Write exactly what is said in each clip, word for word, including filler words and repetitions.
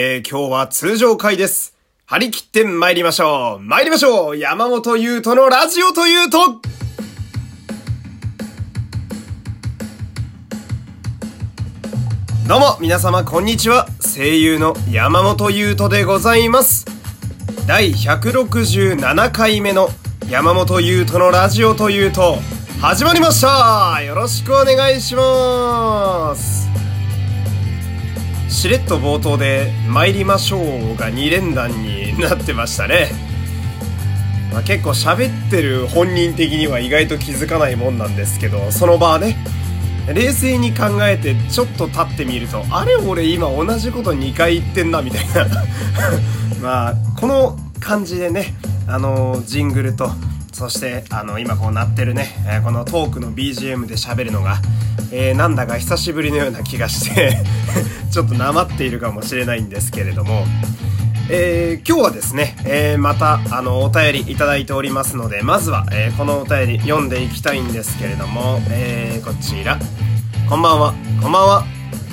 えー、今日は通常回です。張り切って参りましょう。参りましょう。山本優斗のラジオというと。どうも皆様こんにちは。声優の山本優斗でございます。だいひゃくろくじゅうななかいめの山本優斗のラジオというと始まりました。よろしくお願いします。しれっと冒頭で参りましょうがに連弾になってましたね。まあ、結構喋ってる本人的には意外と気づかないもんなんですけど、その場はね冷静に考えてちょっと立ってみると、あれ俺今同じことにかい言ってんなみたいなまあこの感じでね、あのジングルとそしてあの今こうなってるね、えー、このトークの ビージーエム で喋るのが、えー、なんだか久しぶりのような気がしてちょっとなまっているかもしれないんですけれども、えー、今日はですね、えー、またあのお便りいただいておりますので、まずは、えー、このお便り読んでいきたいんですけれども、えー、こちらこんばんはこんばんは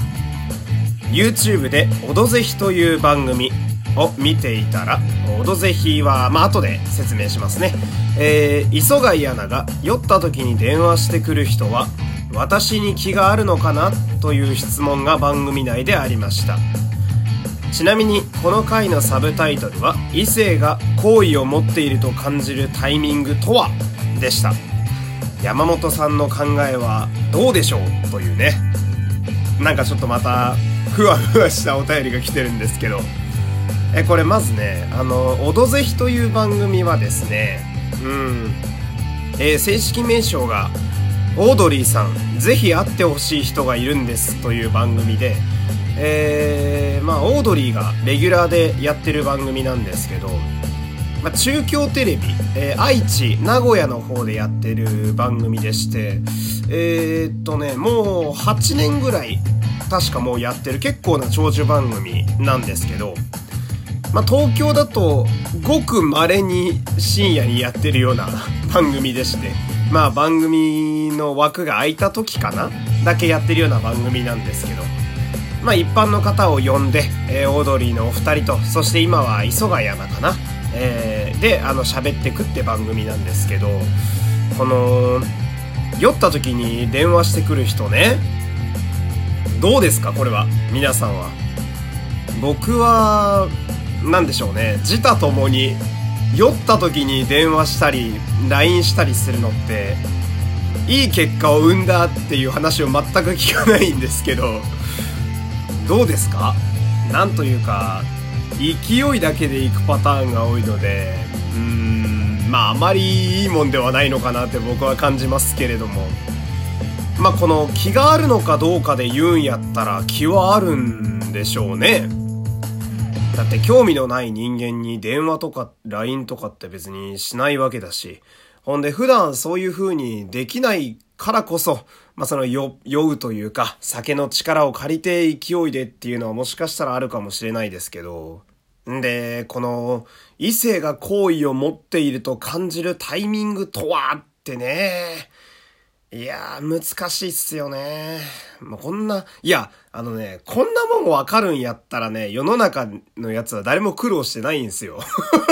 YouTube でオドぜひという番組を見ていたら、オドぜひはまあ後で説明しますね。えー、磯貝アナが酔った時に電話してくる人は私に気があるのかなという質問が番組内でありました。ちなみにこの回のサブタイトルは異性が好意を持っていると感じるタイミングとはでした。山本さんの考えはどうでしょうというね、なんかちょっとまたふわふわしたお便りが来てるんですけど、えこれまずね、あのオドぜひという番組はですね、うん、えー、正式名称がオードリーさんぜひ会ってほしい人がいるんですという番組で、えー、まあオードリーがレギュラーでやってる番組なんですけど、まあ、中京テレビ、えー、愛知名古屋の方でやってる番組でして、えー、っとねもうはちねんぐらい確かもうやってる結構な長寿番組なんですけど、まあ、東京だとごく稀に深夜にやってるような番組でして、まあ番組の枠が空いた時かなだけやってるような番組なんですけど、まあ一般の方を呼んで、えー、オードリーのお二人と、そして今は磯貝アナかな、えー、であの喋ってくって番組なんですけど、この酔った時に電話してくる人ね、どうですかこれは皆さんは。僕はなんでしょうね、自他ともに酔った時に電話したり ライン したりするのっていい結果を生んだっていう話を全く聞かないんですけど、どうですか？なんというか勢いだけで行くパターンが多いので、うーんまああまりいいもんではないのかなって僕は感じますけれども、まあこの気があるのかどうかで言うんやったら気はあるんでしょうね。だって興味のない人間に電話とか ライン とかって別にしないわけだし、ほんで普段そういう風にできないからこそ、まあその酔うというか酒の力を借りて勢いでっていうのはもしかしたらあるかもしれないですけど、んでこの異性が好意を持っていると感じるタイミングとはってね、いやー難しいっすよね。まあ、こんないやあのねこんなもんわかるんやったらね、世の中のやつは誰も苦労してないんですよ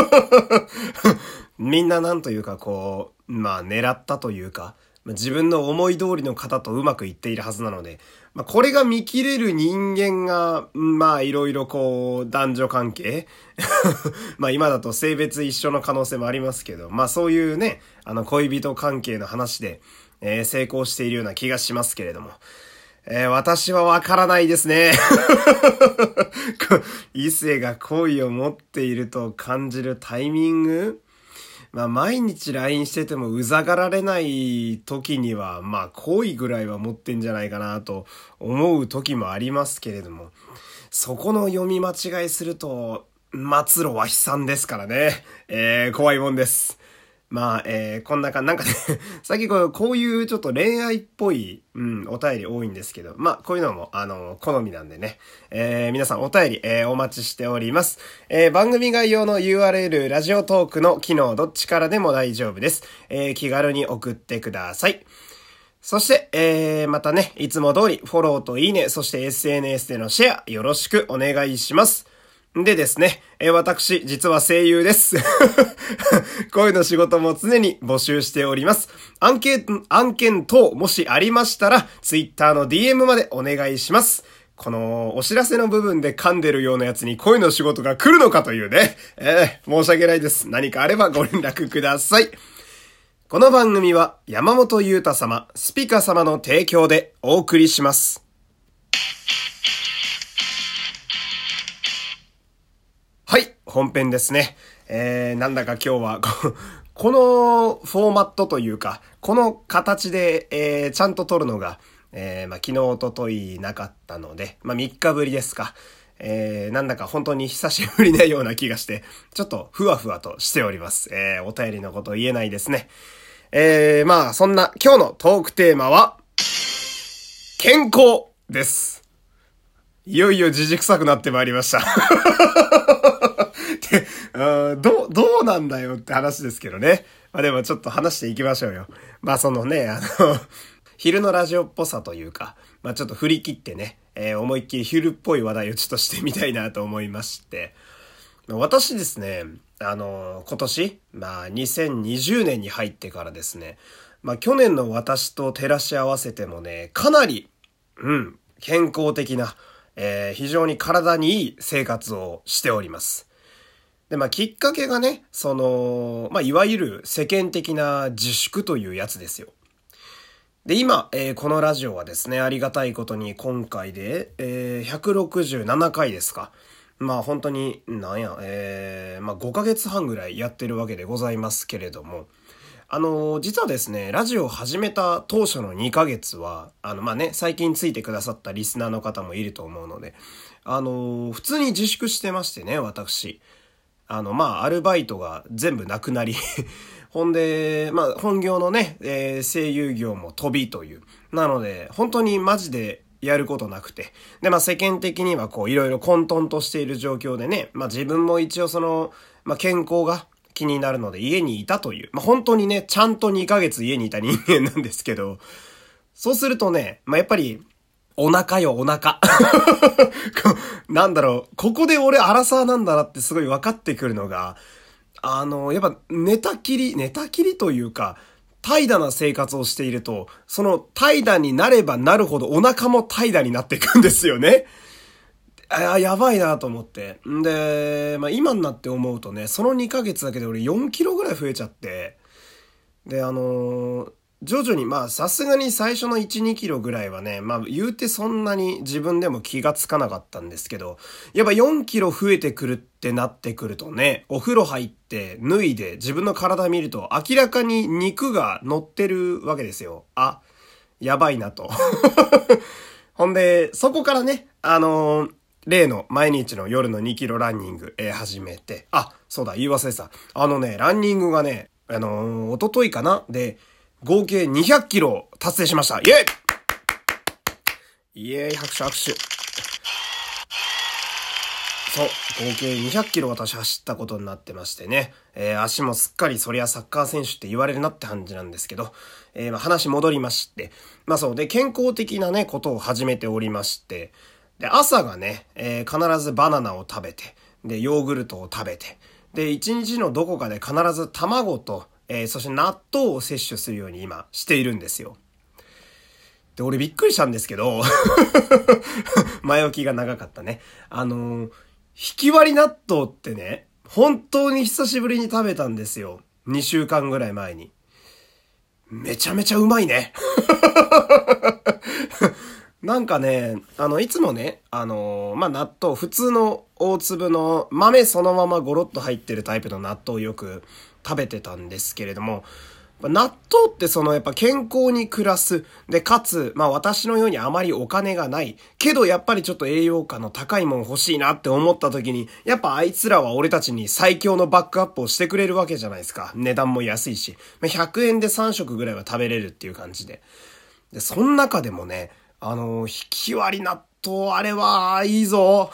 みんななんというかこうまあ狙ったというか、まあ、自分の思い通りの方とうまくいっているはずなので、まあ、これが見切れる人間がまあいろいろこう男女関係まあ今だと性別一緒の可能性もありますけど、まあそういうねあの恋人関係の話でえー、成功しているような気がしますけれども、えー、私はわからないですね異性が好意を持っていると感じるタイミング、まあ毎日 ライン しててもうざがられない時にはまあ好意ぐらいは持ってんじゃないかなと思う時もありますけれども、そこの読み間違いすると末路は悲惨ですからね、えー、怖いもんです。まあ、えー、こんなか、なんかね、最近こう、こういうちょっと恋愛っぽい、うん、お便り多いんですけど、まあ、こういうのも、あの、好みなんでね、えー、皆さんお便り、えー、お待ちしております。えー、番組概要の ユーアールエル、ラジオトークの機能どっちからでも大丈夫です。えー、気軽に送ってください。そして、えー、またね、いつも通り、フォローといいね、そして エスエヌエス でのシェア、よろしくお願いします。 でですね、えー、私、実は声優です。声の仕事も常に募集しております。案件、案件等もしありましたら、Twitter の ディーエム までお願いします。このお知らせの部分で噛んでるようなやつに声の仕事が来るのかというね、えー、申し訳ないです。何かあればご連絡ください。この番組は山本裕太様、スピカ様の提供でお送りします。はい、本編ですね。えー、なんだか今日はこ、このフォーマットというか、この形で、えー、ちゃんと撮るのが、えー、まあ、昨日、おとといなかったので、まあ、みっかぶりですか。えー、なんだか本当に久しぶりなような気がして、ちょっとふわふわとしております。えー、お便りのこと言えないですね。えー、まあ、そんな今日のトークテーマは、健康です。いよいよじじくさくなってまいりました。で、あどう、どうなんだよって話ですけどね。まあでもちょっと話していきましょうよ。まあそのね、あの、昼のラジオっぽさというか、まあちょっと振り切ってね、えー、思いっきり昼っぽい話題をちょっとしてみたいなと思いまして。私ですね、あの、今年、まあにせんにじゅうねんに入ってからですね、まあ去年の私と照らし合わせてもね、かなり、うん、健康的な、えー、非常に体にいい生活をしております。で、まあ、きっかけがね、その、まあ、いわゆる世間的な自粛というやつですよ。で、今、えー、このラジオはですね、ありがたいことに今回で、えー、ひゃくろくじゅうななかいですか。まあ、本当に、なんや、えー、まあ、ごかげつはんぐらいやってるわけでございますけれども、あのー、実はですね、ラジオを始めた当初のにかげつは、あの、まあ、ね、最近ついてくださったリスナーの方もいると思うので、あのー、普通に自粛してましてね、私。あの、まあ、アルバイトが全部なくなり、ほんで、まあ、本業のね、えー、声優業も飛びという。なので、本当にマジでやることなくて。で、まあ、世間的にはこう、いろいろ混沌としている状況でね、まあ、自分も一応その、まあ、健康が気になるので家にいたという。まあ、本当にね、ちゃんとにかげつ家にいた人間なんですけど、そうするとね、まあ、やっぱり、お腹よ、お腹。なんだろう、ここで俺アラサーなんだなってすごい分かってくるのが、あの、やっぱ寝たきり、寝たきりというか、怠惰な生活をしていると、その怠惰になればなるほどお腹も怠惰になっていくんですよね。あ、やばいなと思って。んで、まあ今になって思うとね、そのにかげつだけで俺よんキロぐらい増えちゃって、で、あのー、徐々に、まあ、さすがに最初のいち、にキロぐらいはね、まあ、言うてそんなに自分でも気がつかなかったんですけど、やっぱよんキロ増えてくるってなってくるとね、お風呂入って脱いで自分の体見ると明らかに肉が乗ってるわけですよ。あ、やばいなと。ほんで、そこからね、あのー、例の毎日の夜のにキロランニング、えー、始めて、あ、そうだ、言い忘れてた。あのね、ランニングがね、あのー、一昨日かなで、合計にひゃくキロ達成しました。イェイイェイ拍手拍手。そう、合計にひゃくキロ私走ったことになってましてね。えー、足もすっかりそりゃサッカー選手って言われるなって感じなんですけど、えー、まあ話戻りまして。まあそうで、健康的なね、ことを始めておりまして、で、朝がね、えー、必ずバナナを食べて、で、ヨーグルトを食べて、で、一日のどこかで必ず卵と、えー、そして納豆を摂取するように今しているんですよ。で、俺びっくりしたんですけど、前置きが長かったね。あのー、引き割り納豆ってね、本当に久しぶりに食べたんですよ。にしゅうかんぐらい前に。めちゃめちゃうまいね。なんかね、あの、いつもね、あのー、まあ、納豆、普通の大粒の豆そのままゴロッと入ってるタイプの納豆をよく食べてたんですけれども、納豆ってそのやっぱ健康に暮らす。で、かつ、まあ私のようにあまりお金がない。けどやっぱりちょっと栄養価の高いもん欲しいなって思った時に、やっぱあいつらは俺たちに最強のバックアップをしてくれるわけじゃないですか。値段も安いし。ひゃくえんでさんしょくぐらいは食べれるっていう感じで。で、その中でもね、あの、引き割り納豆、あれは、いいぞ。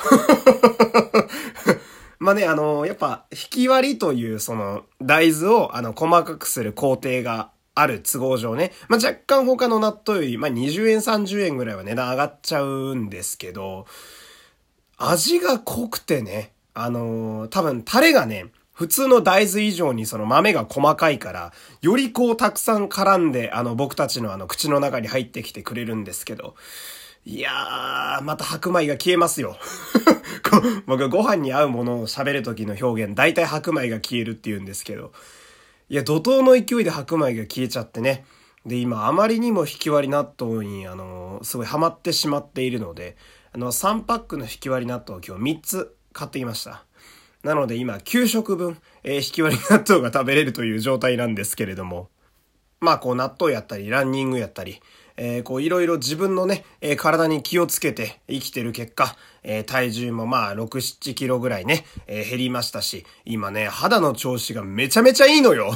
まあね、あの、やっぱ、引き割りという、その、大豆を、あの、細かくする工程がある都合上ね。まあ若干他の納豆より、まあにじゅうえん、さんじゅうえんぐらいは値段上がっちゃうんですけど、味が濃くてね、 あのー、多分タレがね、普通の大豆以上にその豆が細かいから、よりこうたくさん絡んで、あの僕たちのあの口の中に入ってきてくれるんですけど、いやー、また白米が消えますよ。僕ご飯に合うものを喋る時の表現、大体白米が消えるって言うんですけど、いや、怒涛の勢いで白米が消えちゃってね。で、今あまりにもひき割り納豆に、あのー、すごいハマってしまっているので、あの、さんパックのひき割り納豆を今日みっつ買ってきました。なので今きゅう食分、えー、ひき割り納豆が食べれるという状態なんですけれども、まあこう納豆やったりランニングやったり、えー、こういろいろ自分のね、えー、体に気をつけて生きてる結果、えー、体重もまあろく、ななキロぐらいね、えー、減りましたし、今ね、肌の調子がめちゃめちゃいいのよ。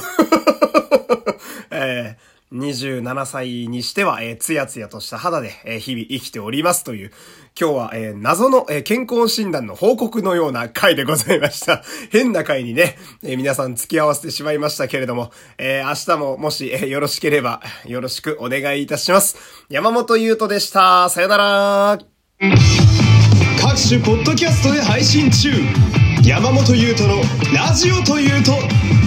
えーにじゅうななさいにしては、えー、ツヤツヤとした肌で、えー、日々生きておりますという、今日は、えー、謎の、えー、健康診断の報告のような回でございました。変な回にね、えー、皆さん付き合わせてしまいましたけれども、えー、明日ももし、えー、よろしければよろしくお願いいたします。山本優斗でした。さよなら。 各種ポッドキャストで配信中。山本優斗のラジオというと。